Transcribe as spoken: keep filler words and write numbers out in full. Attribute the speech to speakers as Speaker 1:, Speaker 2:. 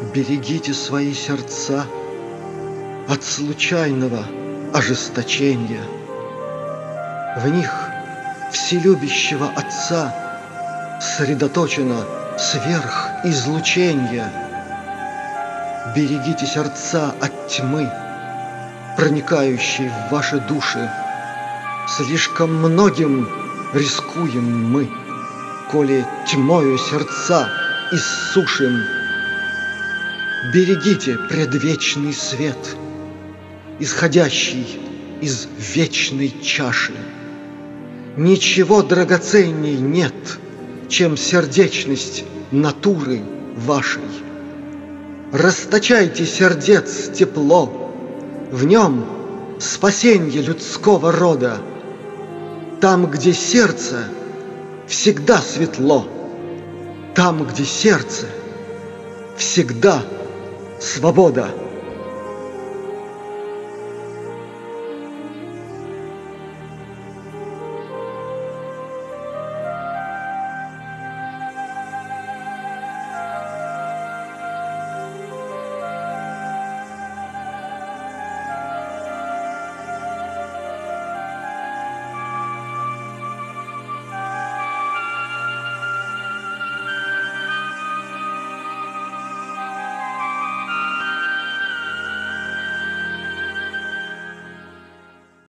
Speaker 1: Берегите свои сердца от случайного ожесточения. В них вселюбящего Отца средоточено сверхизлученье. Берегите сердца от тьмы, проникающей в ваши души. Слишком многим рискуем мы, коли тьмою сердца иссушим. Берегите предвечный свет, исходящий из вечной чаши. Ничего драгоценней нет, чем сердечность натуры вашей. Расточайте сердец тепло, в нем спасенье людского рода. Там, где сердце, всегда светло, там, где сердце, всегда свобода.